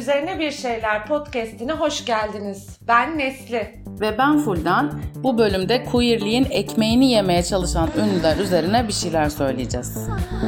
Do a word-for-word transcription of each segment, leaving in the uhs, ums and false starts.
Üzerine Bir Şeyler podcast'ine hoş geldiniz. Ben Nesli. Ve ben Fulden. Bu bölümde queerliğin ekmeğini yemeye çalışan ünlüler üzerine bir şeyler söyleyeceğiz.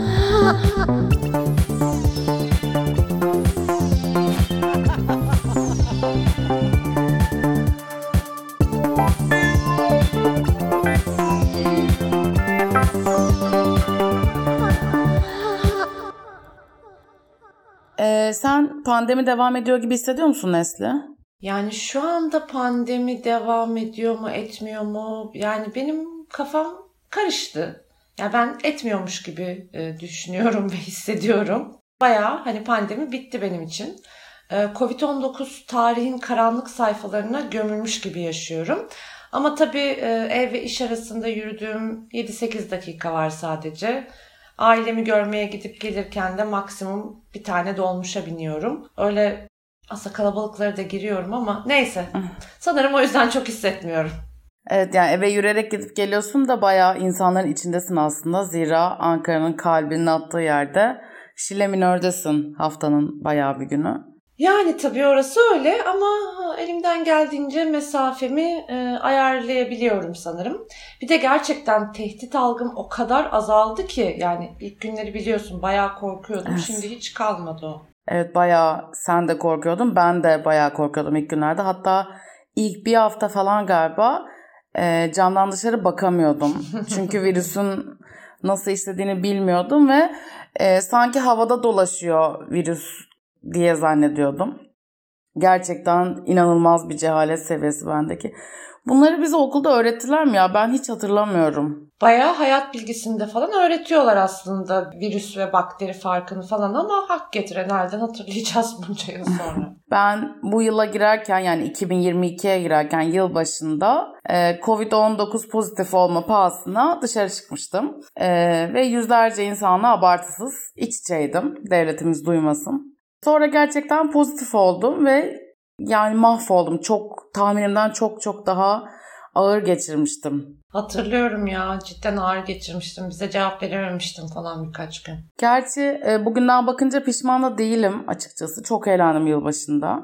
Ee, sen pandemi devam ediyor gibi hissediyor musun Nesli? Yani şu anda pandemi devam ediyor mu, etmiyor mu? Yani benim kafam karıştı. Yani ben etmiyormuş gibi e, düşünüyorum ve hissediyorum. Bayağı hani pandemi bitti benim için. E, covid on dokuz tarihin karanlık sayfalarına gömülmüş gibi yaşıyorum. Ama tabii e, ev ve iş arasında yürüdüğüm yedi sekiz dakika var sadece. Ailemi görmeye gidip gelirken de maksimum bir tane dolmuşa biniyorum. Öyle aslında kalabalıklara da giriyorum ama neyse. Sanırım o yüzden çok hissetmiyorum. Evet, yani eve yürüyerek gidip geliyorsun da bayağı insanların içindesin aslında. Zira Ankara'nın kalbinin attığı yerde Şile Minör'desin haftanın bayağı bir günü. Yani tabii orası öyle ama elimden geldiğince mesafemi e, ayarlayabiliyorum sanırım. Bir de gerçekten tehdit algım o kadar azaldı ki yani ilk günleri biliyorsun bayağı korkuyordum. Evet. Şimdi hiç kalmadı o. Evet, bayağı sen de korkuyordun, ben de bayağı korkuyordum ilk günlerde. Hatta ilk bir hafta falan galiba e, camdan dışarı bakamıyordum. Çünkü virüsün nasıl işlediğini bilmiyordum ve e, sanki havada dolaşıyor virüs diye zannediyordum. Gerçekten inanılmaz bir cehalet seviyesi bendeki. Bunları bize okulda öğrettiler mi ya? Ben hiç hatırlamıyorum. Bayağı hayat bilgisinde falan öğretiyorlar aslında virüs ve bakteri farkını falan ama hak getire nereden hatırlayacağız bunca yıl sonra. Ben bu yıla girerken yani iki bin yirmi ikiye girerken yıl başında e, covid on dokuz pozitif olma pahasına dışarı çıkmıştım. E, ve yüzlerce insanla abartısız iç içeydim. Devletimiz duymasın. Sonra gerçekten pozitif oldum ve yani mahvoldum. Çok tahminimden çok çok daha ağır geçirmiştim. Hatırlıyorum ya, cidden ağır geçirmiştim. Bize cevap verememiştim falan birkaç gün. Gerçi e, bugünden bakınca pişman da değilim açıkçası. Çok eğlendim yılbaşında.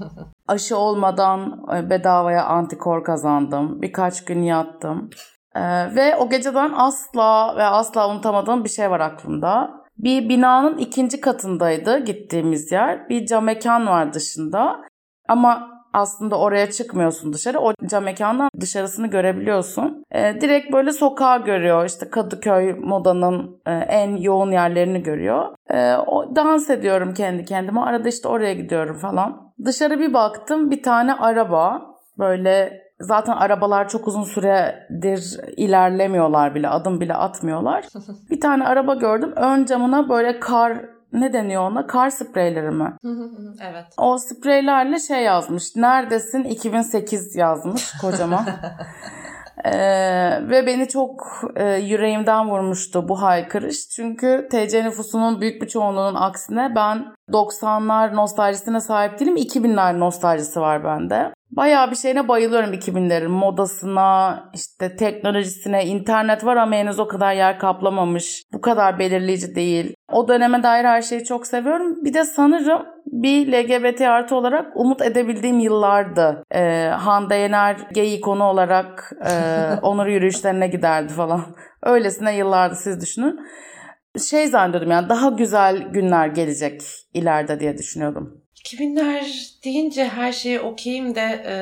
Aşı olmadan e, bedavaya antikor kazandım. Birkaç gün yattım. E, ve o geceden asla ve asla unutamadığım bir şey var aklımda. Bir binanın ikinci katındaydı gittiğimiz yer. Bir cam mekan var dışında. Ama aslında oraya çıkmıyorsun dışarı. O cam mekandan dışarısını görebiliyorsun. Ee, direkt böyle sokağı görüyor. İşte Kadıköy Moda'nın e, en yoğun yerlerini görüyor. Ee, o, dans ediyorum kendi kendime. Arada işte oraya gidiyorum falan. Dışarı bir baktım, bir tane araba. Böyle zaten arabalar çok uzun süredir ilerlemiyorlar bile. Adım bile atmıyorlar. Bir tane araba gördüm. Ön camına böyle kar... Ne deniyor ona? Kar spreyleri mi? Evet. O spreylerle şey yazmış. Neredesin? iki bin sekiz yazmış kocaman. ee, ve beni çok e, yüreğimden vurmuştu bu haykırış. Çünkü T C nüfusunun büyük bir çoğunluğunun aksine ben doksanlar nostaljisine sahip değilim. iki binler nostaljisi var bende. Bayağı bir şeyine bayılıyorum iki binlerin. Modasına, işte teknolojisine. İnternet var ama henüz o kadar yer kaplamamış. Bu kadar belirleyici değil. O döneme dair her şeyi çok seviyorum. Bir de sanırım bir L G B T artı olarak umut edebildiğim yıllardı. Ee, Hande Yener gay ikonu olarak e, onur yürüyüşlerine giderdi falan. Öylesine yıllardı, siz düşünün. Şey zannediyordum yani daha güzel günler gelecek ileride diye düşünüyordum. iki binler deyince her şeye okeyim de e,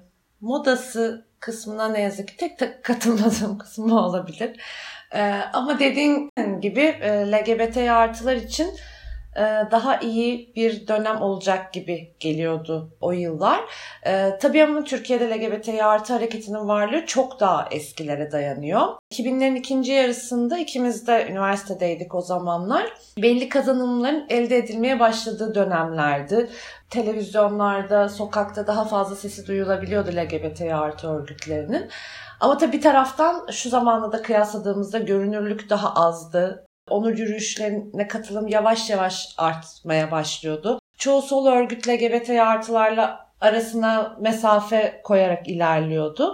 modası kısmına ne yazık ki tek tek katılmadığım kısmı olabilir. E, ama dediğin gibi e, L G B T artılar için e, daha iyi bir dönem olacak gibi geliyordu o yıllar. E, tabii ama Türkiye'de L G B T artı hareketinin varlığı çok daha eskilere dayanıyor. iki binlerin ikinci yarısında ikimiz de üniversitedeydik o zamanlar. Belli kazanımların elde edilmeye başladığı dönemlerdi. Televizyonlarda, sokakta daha fazla sesi duyulabiliyordu L G B T artı örgütlerinin. Ama tabii bir taraftan şu zamanla da kıyasladığımızda görünürlük daha azdı. Onur yürüyüşlerine katılım yavaş yavaş artmaya başlıyordu. Çoğu sol örgüt L G B T artılarla arasına mesafe koyarak ilerliyordu.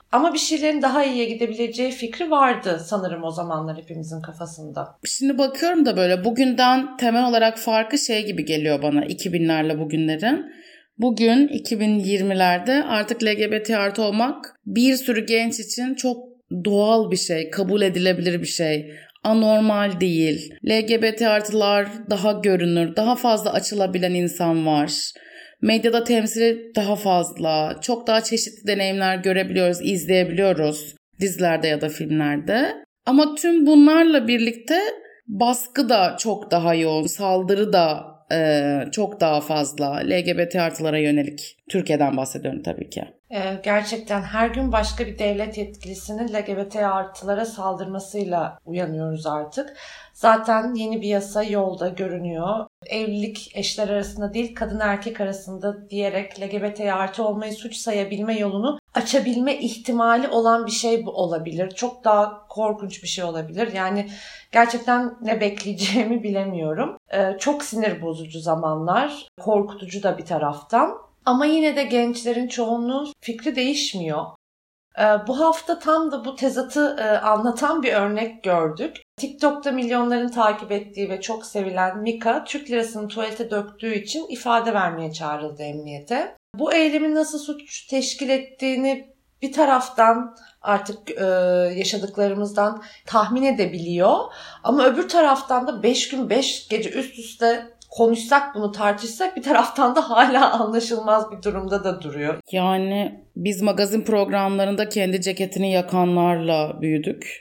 Ama bir şeylerin daha iyiye gidebileceği fikri vardı sanırım o zamanlar hepimizin kafasında. Şimdi bakıyorum da böyle bugünden temel olarak farkı şey gibi geliyor bana iki binlerle bugünlerin. Bugün iki bin yirmilerde artık L G B T artı olmak bir sürü genç için çok doğal bir şey, kabul edilebilir bir şey. Anormal değil. L G B T artılar daha görünür, daha fazla açılabilen insan var. Medyada temsili daha fazla, çok daha çeşitli deneyimler görebiliyoruz, izleyebiliyoruz dizilerde ya da filmlerde. Ama tüm bunlarla birlikte baskı da çok daha yoğun, saldırı da e, çok daha fazla L G B T artılara yönelik. Türkiye'den bahsediyorum tabii ki. Ee, gerçekten her gün başka bir devlet yetkilisinin L G B T artılara saldırmasıyla uyanıyoruz artık. Zaten yeni bir yasa yolda görünüyor. Evlilik eşler arasında değil kadın erkek arasında diyerek L G B T artı olmayı suç sayabilme yolunu açabilme ihtimali olan bir şey bu olabilir. Çok daha korkunç bir şey olabilir. Yani gerçekten ne bekleyeceğimi bilemiyorum. Ee, çok sinir bozucu zamanlar, korkutucu da bir taraftan. Ama yine de gençlerin çoğunluğu fikri değişmiyor. Ee, bu hafta tam da bu tezatı e, anlatan bir örnek gördük. TikTok'ta milyonların takip ettiği ve çok sevilen Mika, Türk lirasını tuvalete döktüğü için ifade vermeye çağrıldı emniyete. Bu eylemin nasıl suç teşkil ettiğini bir taraftan artık e, yaşadıklarımızdan tahmin edebiliyor. Ama öbür taraftan da beş gün beş gece üst üste konuşsak bunu tartışsak bir taraftan da hala anlaşılmaz bir durumda da duruyor. Yani biz magazin programlarında kendi ceketini yakanlarla büyüdük.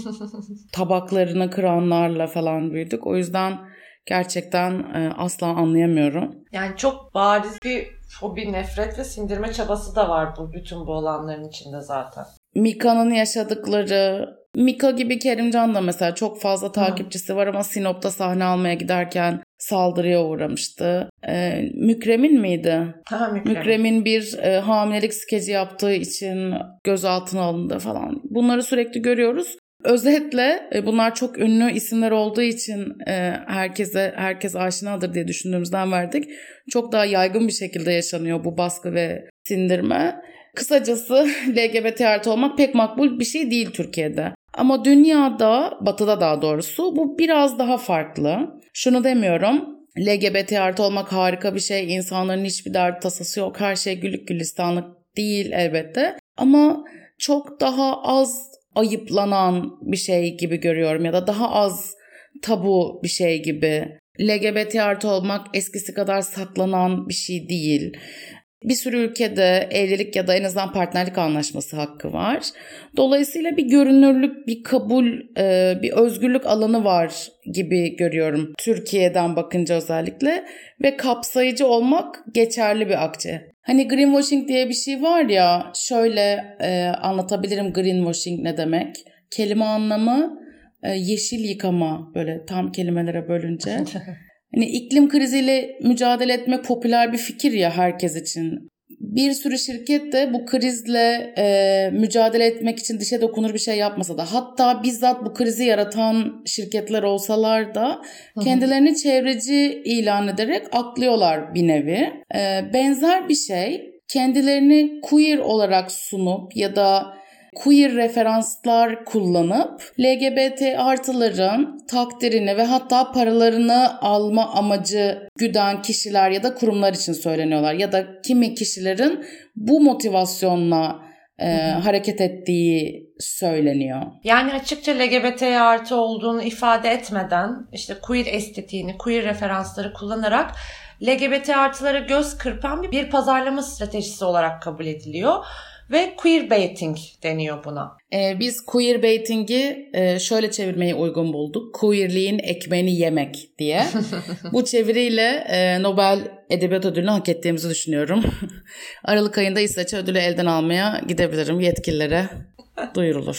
Tabaklarını kıranlarla falan büyüdük. O yüzden gerçekten e, asla anlayamıyorum. Yani çok bariz bir fobi, nefret ve sindirme çabası da var bu bütün bu olanların içinde zaten. Mika'nın yaşadıkları, Mika gibi Kerimcan da mesela çok fazla takipçisi Hı. var ama Sinop'ta sahne almaya giderken saldırıya uğramıştı. Ee, Mükremin miydi? Ha, Mükremin. Mükremin bir e, hamilelik skeci yaptığı için gözaltına alındı falan. Bunları sürekli görüyoruz. Özetle e, bunlar çok ünlü isimler olduğu için e, herkese herkes aşinadır diye düşündüğümüzden verdik. Çok daha yaygın bir şekilde yaşanıyor bu baskı ve sindirme. Kısacası L G B T artı olmak pek makbul bir şey değil Türkiye'de. Ama dünyada, batıda daha doğrusu bu biraz daha farklı. Şunu demiyorum, L G B T artı olmak harika bir şey, insanların hiçbir derdi tasası yok, her şey güllük gülistanlık değil elbette. Ama çok daha az ayıplanan bir şey gibi görüyorum ya da daha az tabu bir şey gibi. L G B T artı olmak eskisi kadar saklanan bir şey değil. Bir sürü ülkede evlilik ya da en azından partnerlik anlaşması hakkı var. Dolayısıyla bir görünürlük, bir kabul, bir özgürlük alanı var gibi görüyorum Türkiye'den bakınca özellikle. Ve kapsayıcı olmak geçerli bir akçe. Hani greenwashing diye bir şey var ya, şöyle anlatabilirim greenwashing ne demek. Kelime anlamı yeşil yıkama, böyle tam kelimelere bölünce. Hani iklim kriziyle mücadele etmek popüler bir fikir ya herkes için. Bir sürü şirket de bu krizle e, mücadele etmek için dişe dokunur bir şey yapmasa da, hatta bizzat bu krizi yaratan şirketler olsalar da kendilerini çevreci ilan ederek aklıyorlar bir nevi. E, benzer bir şey, kendilerini queer olarak sunup ya da queer referanslar kullanıp L G B T artıların takdirini ve hatta paralarını alma amacı güden kişiler ya da kurumlar için söyleniyorlar. Ya da kimi kişilerin bu motivasyonla e, hareket ettiği söyleniyor. Yani açıkça L G B T artı olduğunu ifade etmeden işte queer estetiğini, queer referansları kullanarak L G B T artılara göz kırpan bir pazarlama stratejisi olarak kabul ediliyor. Ve queerbaiting deniyor buna. Ee, biz queerbaiting'i e, şöyle çevirmeyi uygun bulduk. Queerliğin ekmeğini yemek diye. Bu çeviriyle e, Nobel Edebiyat Ödülünü hak ettiğimizi düşünüyorum. Aralık ayında İsveç ödülü elden almaya gidebilirim. Yetkililere duyurulur.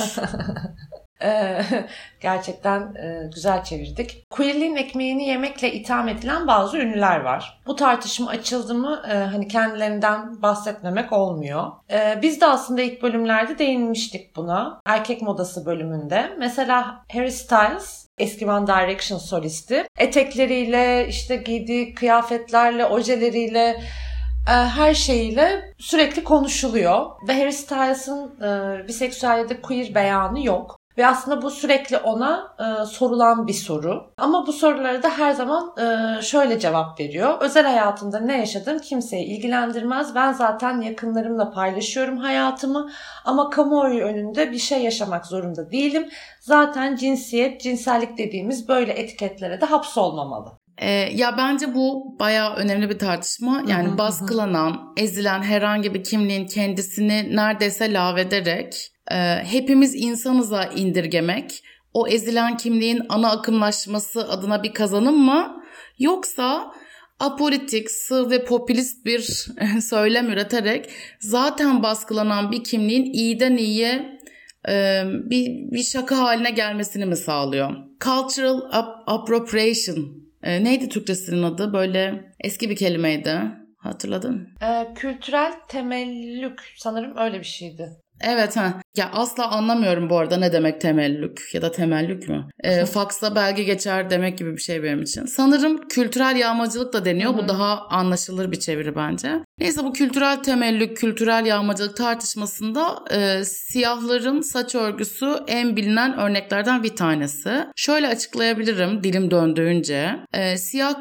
Gerçekten e, güzel çevirdik. Queerliğin ekmeğini yemekle itham edilen bazı ünlüler var. Bu tartışma açıldı mı e, hani kendilerinden bahsetmemek olmuyor. E, biz de aslında ilk bölümlerde değinmiştik buna. Erkek modası bölümünde. Mesela Harry Styles, eski One Direction solisti, etekleriyle, işte giydiği kıyafetlerle, ojeleriyle her şeyiyle sürekli konuşuluyor. Ve Harry Styles'ın biseksüel ya da queer beyanı yok. Ve aslında bu sürekli ona e, sorulan bir soru. Ama bu sorulara da her zaman e, şöyle cevap veriyor. Özel hayatımda ne yaşadığım kimseyi ilgilendirmez. Ben zaten yakınlarımla paylaşıyorum hayatımı. Ama kamuoyu önünde bir şey yaşamak zorunda değilim. Zaten cinsiyet, cinsellik dediğimiz böyle etiketlere de hapsolmamalı. Ee, ya bence bu bayağı önemli bir tartışma. Yani hı hı, baskılanan, ezilen herhangi bir kimliğin kendisini neredeyse lağvederek e, hepimiz insanıza indirgemek, o ezilen kimliğin ana akımlaşması adına bir kazanım mı? Yoksa apolitik, sığ ve popülist bir söylem üreterek zaten baskılanan bir kimliğin iyiden iyiye e, bir, bir şaka haline gelmesini mi sağlıyor? Cultural ap- appropriation. E, neydi Türkçesinin adı? Böyle eski bir kelimeydi. Hatırladın? Ee, kültürel temellük sanırım öyle bir şeydi. Evet ha. Ya asla anlamıyorum bu arada ne demek temellük ya da temellük mü? E, faksa belge geçer demek gibi bir şey benim için. Sanırım kültürel yağmacılık da deniyor. Hı-hı. Bu daha anlaşılır bir çeviri bence. Neyse bu kültürel temellük, kültürel yağmacılık tartışmasında e, siyahların saç örgüsü en bilinen örneklerden bir tanesi. Şöyle açıklayabilirim dilim döndüğünce. E, siyah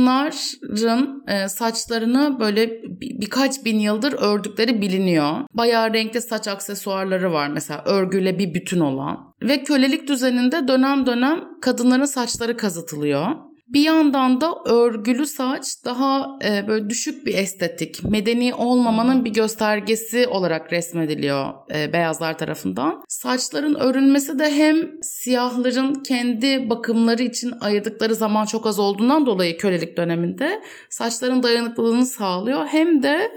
kadınların e, saçlarını böyle bir, birkaç bin yıldır ördükleri biliniyor. Bayağı renkli saç aksesuarları var mesela örgüyle bir bütün olan. Ve kölelik düzeninde dönem dönem kadınların saçları kazıtılıyor. Bir yandan da örgülü saç daha e, böyle düşük bir estetik, medeni olmamanın bir göstergesi olarak resmediliyor e, beyazlar tarafından. Saçların örülmesi de hem siyahların kendi bakımları için ayırdıkları zaman çok az olduğundan dolayı kölelik döneminde saçların dayanıklılığını sağlıyor. Hem de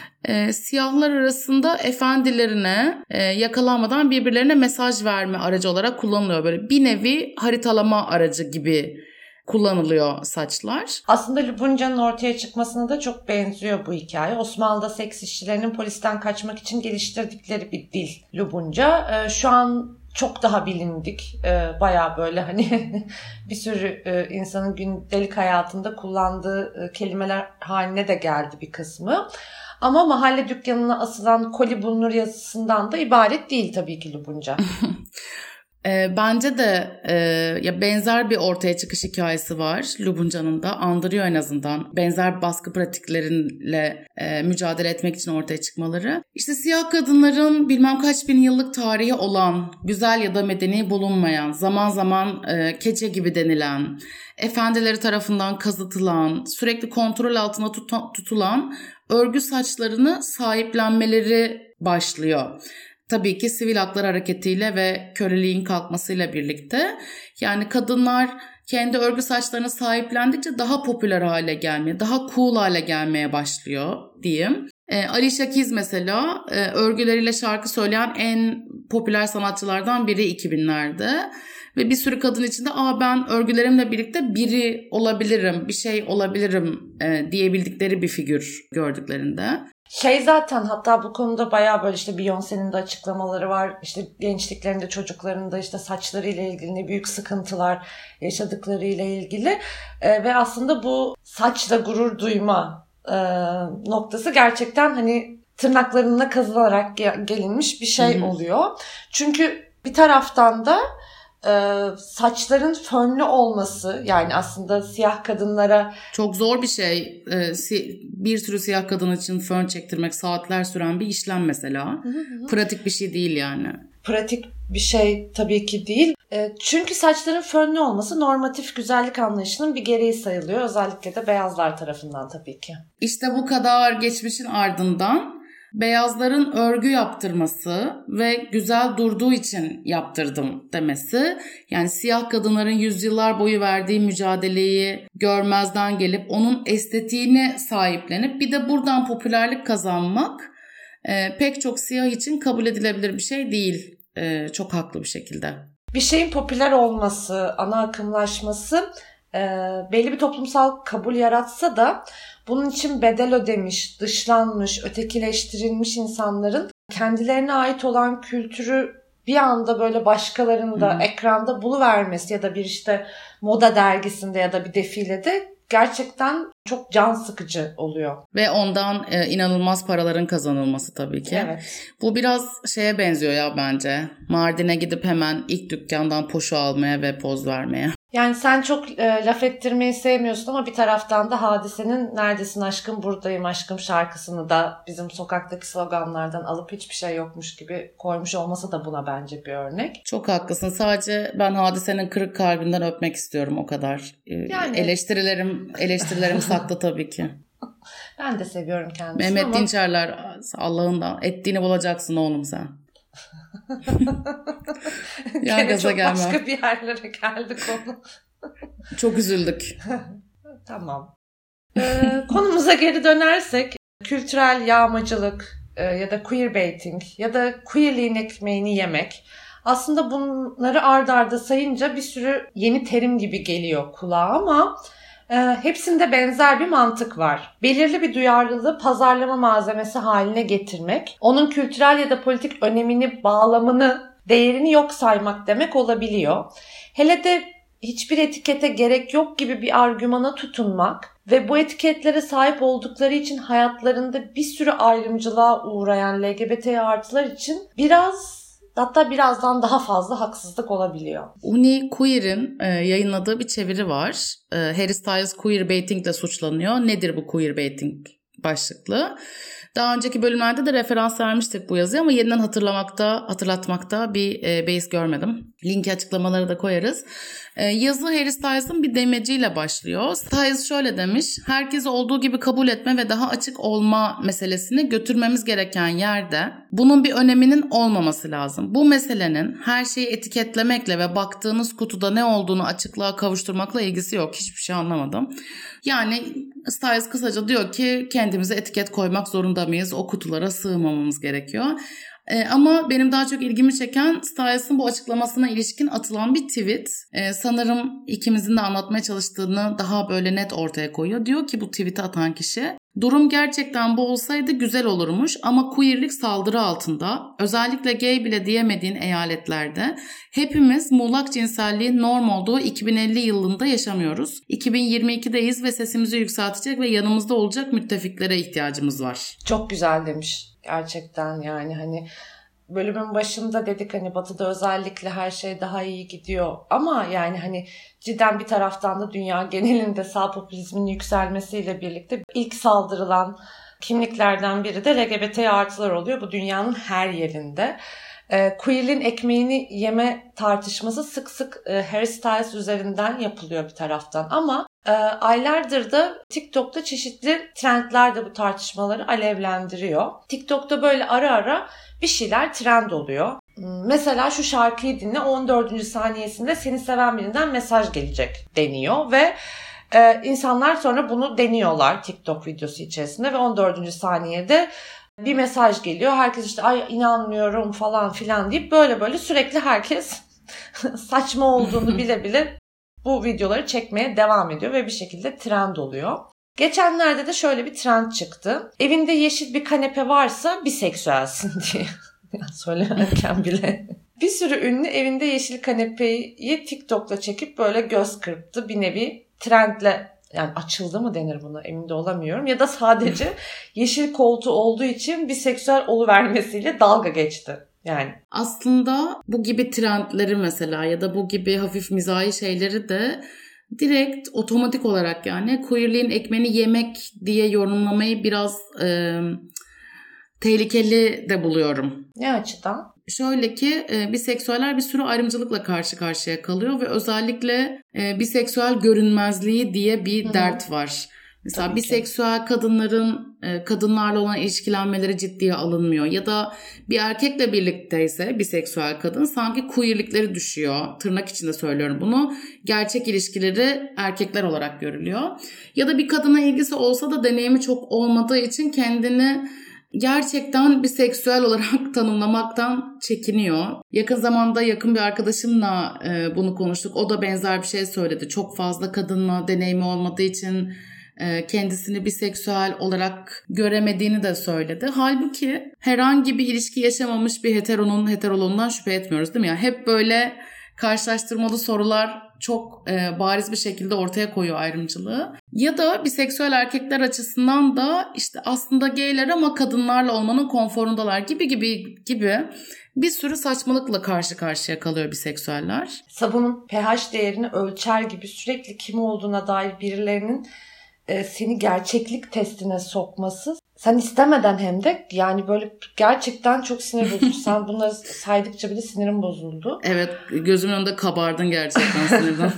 E, siyahlar arasında efendilerine e, yakalanmadan birbirlerine mesaj verme aracı olarak kullanılıyor. Böyle bir nevi haritalama aracı gibi kullanılıyor saçlar. Aslında Lubunca'nın ortaya çıkmasına da çok benziyor bu hikaye. Osmanlı'da seks işçilerinin polisten kaçmak için geliştirdikleri bir dil Lubunca. E, şu an çok daha bilindik. E, bayağı böyle hani bir sürü e, insanın gündelik hayatında kullandığı e, kelimeler haline de geldi bir kısmı. Ama mahalle dükkanına asılan koli bulunur yazısından da ibaret değil tabii ki Lubunca. E, bence de e, ya benzer bir ortaya çıkış hikayesi var Lubunca'nın da, andırıyor en azından benzer baskı pratikleriyle e, mücadele etmek için ortaya çıkmaları. İşte siyah kadınların bilmem kaç bin yıllık tarihi olan, güzel ya da medeni bulunmayan, zaman zaman e, keçe gibi denilen, efendileri tarafından kazıtılan, sürekli kontrol altında tut- tutulan örgü saçlarını sahiplenmeleri başlıyor. Tabii ki sivil haklar hareketiyle ve köleliğin kalkmasıyla birlikte. Yani kadınlar kendi örgü saçlarını sahiplendikçe daha popüler hale gelmeye, daha cool hale gelmeye başlıyor diyeyim. E, Alicia Keys mesela e, örgüleriyle şarkı söyleyen en popüler sanatçılardan biri iki binlerde. Ve bir sürü kadın içinde Aa, ben örgülerimle birlikte biri olabilirim, bir şey olabilirim e, diyebildikleri bir figür gördüklerinde. Şey zaten hatta bu konuda bayağı böyle işte Beyoncé'nin de açıklamaları var. İşte gençliklerinde, çocuklarında işte saçlarıyla ilgili ne büyük sıkıntılar yaşadıklarıyla ilgili. E, ve aslında bu saçla gurur duyma e, noktası gerçekten hani tırnaklarına kazılarak gelinmiş bir şey Hı-hı. oluyor. Çünkü bir taraftan da Ee, saçların fönlü olması, yani aslında siyah kadınlara çok zor bir şey. Ee, si- bir sürü siyah kadın için fön çektirmek saatler süren bir işlem mesela. Hı hı. Pratik bir şey değil yani. Pratik bir şey tabii ki değil. Ee, çünkü saçların fönlü olması normatif güzellik anlayışının bir gereği sayılıyor. Özellikle de beyazlar tarafından tabii ki. İşte bu kadar geçmişin ardından beyazların örgü yaptırması ve güzel durduğu için yaptırdım demesi, yani siyah kadınların yüzyıllar boyu verdiği mücadeleyi görmezden gelip onun estetiğine sahiplenip bir de buradan popülerlik kazanmak e, pek çok siyah için kabul edilebilir bir şey değil. E, çok haklı bir şekilde. Bir şeyin popüler olması, ana akımlaşması e, belli bir toplumsal kabul yaratsa da bunun için bedel ödemiş, dışlanmış, ötekileştirilmiş insanların kendilerine ait olan kültürü bir anda böyle başkalarının da hmm. ekranda buluvermesi ya da bir işte moda dergisinde ya da bir defilede gerçekten çok can sıkıcı oluyor. Ve ondan e, inanılmaz paraların kazanılması tabii ki. Evet. Bu biraz şeye benziyor ya bence. Mardin'e gidip hemen ilk dükkandan poşu almaya ve poz vermeye. Yani sen çok e, laf ettirmeyi sevmiyorsun ama bir taraftan da Hadise'nin "Neredesin aşkım, buradayım aşkım" şarkısını da bizim sokaktaki sloganlardan alıp hiçbir şey yokmuş gibi koymuş olması da buna bence bir örnek. Çok haklısın. Sadece ben Hadise'nin kırık kalbinden öpmek istiyorum, o kadar. Yani... Eleştirilerim, eleştirilerim saklı tabii ki. Ben de seviyorum kendisini Mehmet ama... Dinçerler, Allah'ın da ettiğini bulacaksın oğlum sen. Gene çok gelme. Başka bir yerlere geldi konu. Çok üzüldük. Tamam. Ee, konumuza geri dönersek, kültürel yağmacılık e, ya da queerbaiting ya da queerliğin ekmeğini yemek. Aslında bunları ard arda sayınca bir sürü yeni terim gibi geliyor kulağa ama e, hepsinde benzer bir mantık var. Belirli bir duyarlılığı pazarlama malzemesi haline getirmek, onun kültürel ya da politik önemini, bağlamını, değerini yok saymak demek olabiliyor. Hele de hiçbir etikete gerek yok gibi bir argümana tutunmak ve bu etiketlere sahip oldukları için hayatlarında bir sürü ayrımcılığa uğrayan L G B T artılar için biraz, hatta birazdan daha fazla haksızlık olabiliyor. Uni Queer'in e, yayınladığı bir çeviri var. E, Harry Styles queerbaiting ile suçlanıyor. Nedir bu queerbaiting başlıklı? Daha önceki bölümlerde de referans vermiştik bu yazıya ama yeniden hatırlamakta, hatırlatmakta bir e, beis görmedim. Linki açıklamaları da koyarız. E, yazı Harry Styles'ın bir demeciyle başlıyor. Styles şöyle demiş: herkesi olduğu gibi kabul etme ve daha açık olma meselesini götürmemiz gereken yerde bunun bir öneminin olmaması lazım. Bu meselenin her şeyi etiketlemekle ve baktığınız kutuda ne olduğunu açıklığa kavuşturmakla ilgisi yok. Hiçbir şey anlamadım. Yani Styles kısaca diyor ki kendimize etiket koymak zorunda mıyız? O kutulara sığmamamız gerekiyor. Ee, ama benim daha çok ilgimi çeken Styles'ın bu açıklamasına ilişkin atılan bir tweet. Ee, sanırım ikimizin de anlatmaya çalıştığını daha böyle net ortaya koyuyor. Diyor ki bu tweet'i atan kişi: durum gerçekten bu olsaydı güzel olurmuş ama queerlik saldırı altında, özellikle gay bile diyemediğin eyaletlerde hepimiz muğlak cinselliğin norm olduğu iki bin elli yılında yaşamıyoruz. iki bin yirmi ikideyiz ve sesimizi yükseltecek ve yanımızda olacak müttefiklere ihtiyacımız var. Çok güzel demiş gerçekten, yani hani bölümün başında dedik hani Batı'da özellikle her şey daha iyi gidiyor ama yani hani cidden bir taraftan da dünya genelinde sağ popülizmin yükselmesiyle birlikte ilk saldırılan kimliklerden biri de L G B T artılar oluyor bu dünyanın her yerinde. E, queerliğin ekmeğini yeme tartışması sık sık e, Harry Styles üzerinden yapılıyor bir taraftan ama e, aylardır da TikTok'ta çeşitli trendler de bu tartışmaları alevlendiriyor. TikTok'ta böyle ara ara bir şeyler trend oluyor. Mesela şu şarkıyı dinle, on dördüncü saniyesinde seni seven birinden mesaj gelecek deniyor ve e, insanlar sonra bunu deniyorlar TikTok videosu içerisinde ve on dördüncü saniyede bir mesaj geliyor. Herkes işte ay inanmıyorum falan filan deyip böyle böyle sürekli herkes saçma olduğunu bile bile bu videoları çekmeye devam ediyor ve bir şekilde trend oluyor. Geçenlerde de şöyle bir trend çıktı. Evinde yeşil bir kanepe varsa biseksüelsin diye. Söylerken bile. Bir sürü ünlü evinde yeşil kanepeyi TikTok'la çekip böyle göz kırptı. Bir nevi trendle, yani açıldı mı denir buna, emin de olamıyorum. Ya da sadece yeşil koltuğu olduğu için biseksüel oluvermesiyle dalga geçti. Yani aslında bu gibi trendleri mesela ya da bu gibi hafif mizahi şeyleri de direkt otomatik olarak yani queerliğin ekmeğini yemek diye yorumlamayı biraz e, tehlikeli de buluyorum. Ne açıdan? Şöyle ki e, biseksüeller bir sürü ayrımcılıkla karşı karşıya kalıyor ve özellikle e, biseksüel görünmezliği diye bir Hı-hı. dert var. Mesela Tabii biseksüel ki. kadınların e, kadınlarla olan ilişkilenmeleri ciddiye alınmıyor ya da bir erkekle birlikteyse biseksüel kadın sanki queerlikleri düşüyor. Tırnak içinde söylüyorum bunu. Gerçek ilişkileri erkekler olarak görülüyor. Ya da bir kadına ilgisi olsa da deneyimi çok olmadığı için kendini gerçekten biseksüel olarak tanımlamaktan çekiniyor. Yakın zamanda yakın bir arkadaşımla e, bunu konuştuk. O da benzer bir şey söyledi. Çok fazla kadınla deneyimi olmadığı için e, kendisini biseksüel olarak göremediğini de söyledi. Halbuki herhangi bir ilişki yaşamamış bir heteronun heteroluğundan şüphe etmiyoruz değil mi? Yani hep böyle karşılaştırmalı sorular çok e, bariz bir şekilde ortaya koyuyor ayrımcılığı. Ya da biseksüel erkekler açısından da işte aslında gayler ama kadınlarla olmanın konforundalar gibi gibi gibi bir sürü saçmalıkla karşı karşıya kalıyor biseksüeller. Sabunun pH değerini ölçer gibi sürekli kim olduğuna dair birilerinin e, seni gerçeklik testine sokması. Sen istemeden hem de yani böyle gerçekten çok sinir bozucu. Sen bunları saydıkça bile sinirim bozuldu. Evet, gözümün önünde kabardın gerçekten sinirden.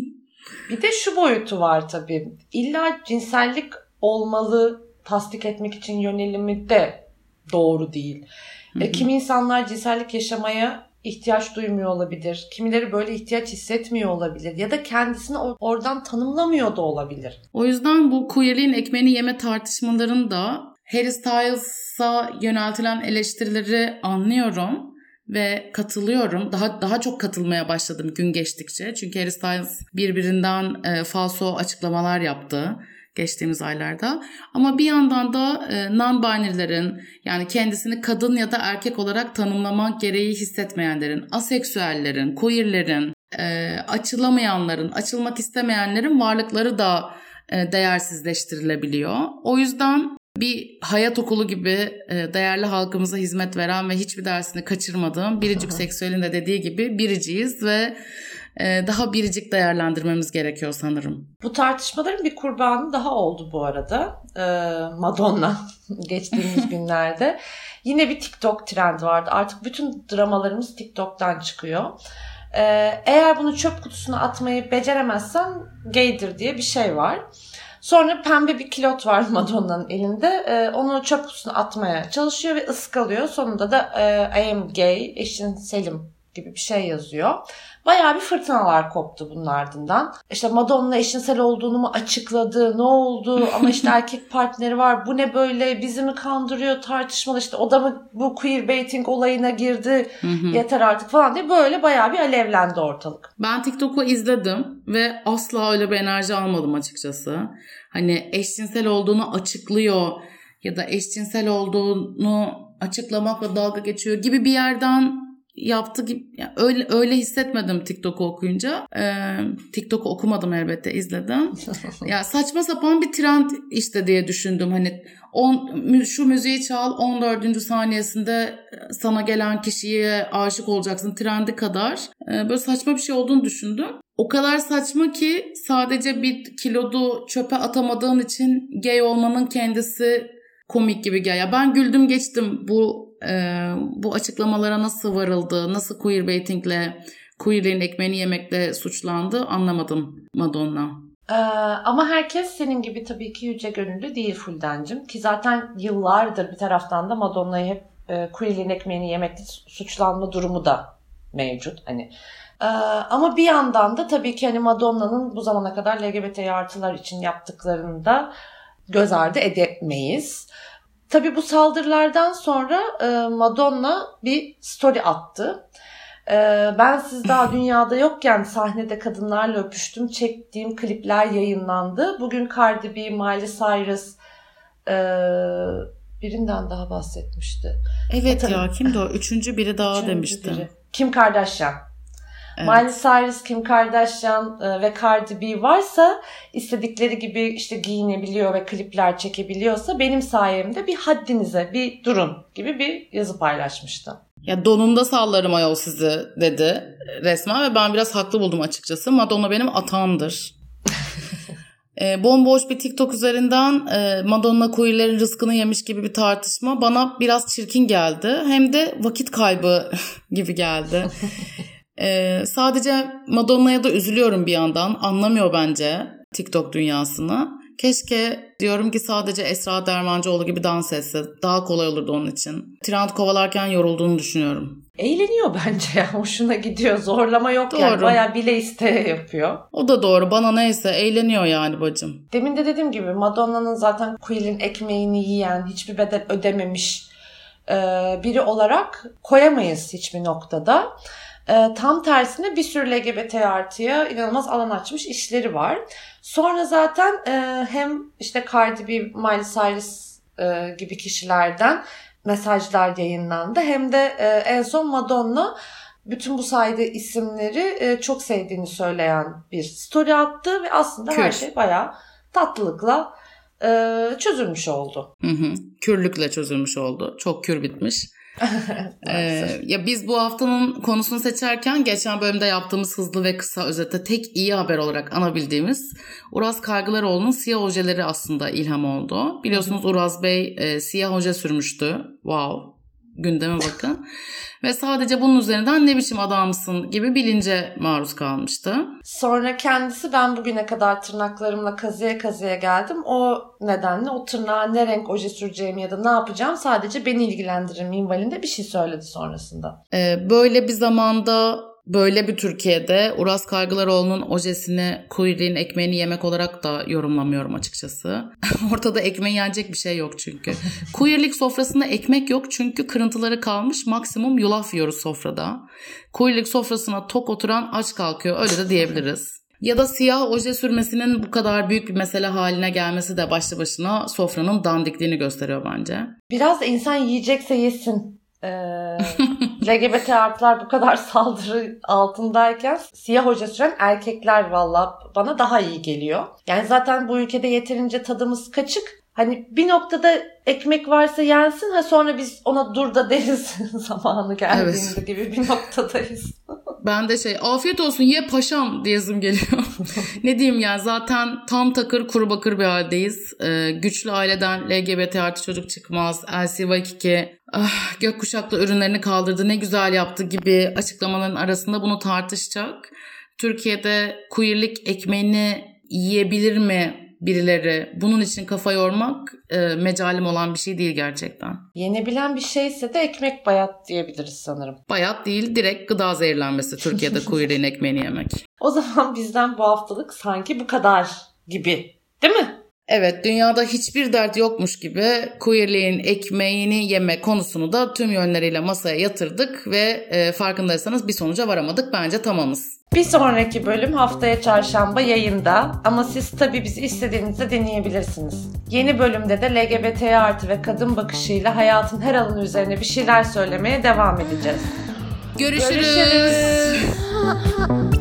Bir de şu boyutu var tabii. İlla cinsellik olmalı tasdik etmek için yönelimi de doğru değil. E, kimi insanlar cinsellik yaşamaya ihtiyaç duymuyor olabilir. Kimileri böyle ihtiyaç hissetmiyor olabilir. Ya da kendisini oradan tanımlamıyor da olabilir. O yüzden bu queerliğin ekmeğini yeme tartışmalarında Harry Styles'a yöneltilen eleştirileri anlıyorum ve katılıyorum. Daha daha çok katılmaya başladım gün geçtikçe. Çünkü Harry Styles birbirinden e, falso açıklamalar yaptı geçtiğimiz aylarda. Ama bir yandan da e, non-binary'lerin, yani kendisini kadın ya da erkek olarak tanımlamak gereği hissetmeyenlerin, aseksüellerin, queerlerin, e, açılamayanların, açılmak istemeyenlerin varlıkları da e, değersizleştirilebiliyor. O yüzden bir hayat okulu gibi e, değerli halkımıza hizmet veren ve hiçbir dersini kaçırmadığım Biricik Seksüel'in de dediği gibi biriciyiz ve e, daha biricik değerlendirmemiz gerekiyor sanırım. Bu tartışmaların bir kurbanı daha oldu bu arada. Ee, Madonna geçtiğimiz günlerde. Yine bir TikTok trendi vardı. Artık bütün dramalarımız TikTok'tan çıkıyor. Ee, eğer bunu çöp kutusuna atmayı beceremezsen gaydir diye bir şey var. Sonra pembe bir kilot var Madonna'nın elinde. Ee, onu çöp kutusuna atmaya çalışıyor ve ıskalıyor. Sonunda da e, I am gay, eşcinselim gibi bir şey yazıyor. Bayağı bir fırtınalar koptu bunun ardından. İşte Madonna eşcinsel olduğunu mu açıkladı, ne oldu ama işte erkek partneri var, bu ne böyle, bizi mi kandırıyor tartışmalı, işte o da mı bu queerbaiting olayına girdi, yeter artık falan diye böyle bayağı bir alevlendi ortalık. Ben TikTok'u izledim ve asla öyle bir enerji almadım açıkçası. Hani eşcinsel olduğunu açıklıyor ya da eşcinsel olduğunu açıklamakla dalga geçiyor gibi bir yerden yaptı gibi, yani öyle öyle hissetmedim TikTok'u okuyunca. Ee, TikTok'u okumadım elbette, izledim. Ya saçma sapan bir trend işte diye düşündüm. Hani on, şu müziği çal, on dördüncü saniyesinde sana gelen kişiye aşık olacaksın trendi kadar. Ee, böyle saçma bir şey olduğunu düşündüm. O kadar saçma ki sadece bir kilodu çöpe atamadığın için gay olmanın kendisi komik gibi gel. Ya ben güldüm geçtim bu e, bu açıklamalara nasıl varıldı, nasıl queerbaitingle, queerliğin ekmeğini yemekle suçlandı anlamadım Madonna. Ee, ama herkes senin gibi tabii ki yüce gönüllü değil Fuldencim. Ki zaten yıllardır bir taraftan da Madonna'yı hep e, queerliğin ekmeğini yemekle suçlanma durumu da mevcut. Hani Ee, ama bir yandan da tabii ki hani Madonna'nın bu zamana kadar L G B T artılar için yaptıklarını da göz ardı edemeyiz. Tabii bu saldırılardan sonra e, Madonna bir story attı. E, ben siz daha dünyada yokken sahnede kadınlarla öpüştüm, çektiğim klipler yayınlandı. Bugün Cardi B, Miley Cyrus e, birinden daha bahsetmişti. Evet e, ya kimdi o? Üçüncü biri daha Üçüncü demişti. Biri. Kim Kardashian. Evet. Miley Cyrus, Kim Kardashian ve Cardi B varsa, istedikleri gibi işte giyinebiliyor ve klipler çekebiliyorsa benim sayemde bir haddinize bir durun gibi bir yazı paylaşmıştı. Ya donumda sallarım ayol sizi dedi resmen ve ben biraz haklı buldum açıkçası. Madonna benim atağımdır. e, bomboş bir TikTok üzerinden e, Madonna queerlerin rızkını yemiş gibi bir tartışma bana biraz çirkin geldi. Hem de vakit kaybı gibi geldi. Ee, sadece Madonna'ya da üzülüyorum bir yandan. Anlamıyor bence TikTok dünyasını. Keşke diyorum ki sadece Esra Dermancıoğlu gibi dans etse. Daha kolay olurdu onun için. Trend kovalarken yorulduğunu düşünüyorum. Eğleniyor bence ya. Hoşuna gidiyor. Zorlama yok doğru. Yani. Bayağı bile isteye yapıyor. O da doğru. Bana neyse eğleniyor yani bacım. Demin de dediğim gibi Madonna'nın zaten queer'in ekmeğini yiyen, hiçbir bedel ödememiş biri olarak koyamayız hiçbir noktada. E, tam tersine bir sürü L G B T artıya inanılmaz alan açmış işleri var. Sonra zaten e, hem işte Cardi B, Miley Cyrus e, gibi kişilerden mesajlar yayınlandı. Hem de e, en son Madonna bütün bu saydığı isimleri e, çok sevdiğini söyleyen bir story attı ve aslında Kür. her şey bayağı tatlılıkla e, çözülmüş oldu. Hı hı. Kürlükle çözülmüş oldu. Çok kür bitmiş. ee, ya biz bu haftanın konusunu seçerken geçen bölümde yaptığımız hızlı ve kısa özette tek iyi haber olarak anabildiğimiz Uraz Kaygılaroğlu'nun siyah ojeleri aslında ilham oldu. Biliyorsunuz Uraz Bey e, siyah oje sürmüştü. Wow. Gündeme bakın. Ve sadece bunun üzerinden ne biçim adamsın gibi bilince maruz kalmıştı. Sonra kendisi ben bugüne kadar tırnaklarımla kazıya kazıya geldim. O nedenle o tırnağa ne renk oje süreceğim ya da ne yapacağım sadece beni ilgilendirir minvalinde bir şey söyledi sonrasında. Ee, böyle bir zamanda, böyle bir Türkiye'de Uraz Kaygılaroğlu'nun ojesini kuyruğun ekmeğini yemek olarak da yorumlamıyorum açıkçası. Ortada ekmeği yenecek bir şey yok çünkü. Queerlik sofrasında ekmek yok çünkü kırıntıları kalmış, maksimum yulaf yiyoruz sofrada. Queerlik sofrasına tok oturan aç kalkıyor, öyle de diyebiliriz. Ya da siyah oje sürmesinin bu kadar büyük bir mesele haline gelmesi de başlı başına sofranın dandikliğini gösteriyor bence. Biraz da insan yiyecekse yesin. Ee, L G B T artılar bu kadar saldırı altındayken siyah oje süren erkekler valla bana daha iyi geliyor. Yani zaten bu ülkede yeterince tadımız kaçık. Hani bir noktada ekmek varsa yensin, ha sonra biz ona dur da deriz zamanı geldiğinde evet. gibi bir noktadayız. Ben de şey afiyet olsun ye paşam diyesim geliyor. Ne diyeyim yani zaten tam takır kuru bakır bir haldeyiz. Ee, güçlü aileden L G B T artı çocuk çıkmaz. L C Y iki ah, gökkuşaklı ürünlerini kaldırdı ne güzel yaptı gibi açıklamaların arasında bunu tartışacak. Türkiye'de queerlik ekmeğini yiyebilir mi birileri? Bunun için kafa yormak e, mecalim olan bir şey değil gerçekten. Yenebilen bir şeyse de ekmek bayat diyebiliriz sanırım. Bayat değil, direkt gıda zehirlenmesi Türkiye'de queerliğin ekmeğini yemek. O zaman bizden bu haftalık sanki bu kadar gibi, değil mi? Evet, dünyada hiçbir dert yokmuş gibi queerliğin ekmeğini yeme konusunu da tüm yönleriyle masaya yatırdık ve e, farkındaysanız bir sonuca varamadık. Bence tamamız. Bir sonraki bölüm haftaya çarşamba yayında ama siz tabii bizi istediğinizde dinleyebilirsiniz. Yeni bölümde de L G B T artı ve kadın bakışıyla hayatın her alanı üzerine bir şeyler söylemeye devam edeceğiz. Görüşürüz. Görüşürüz.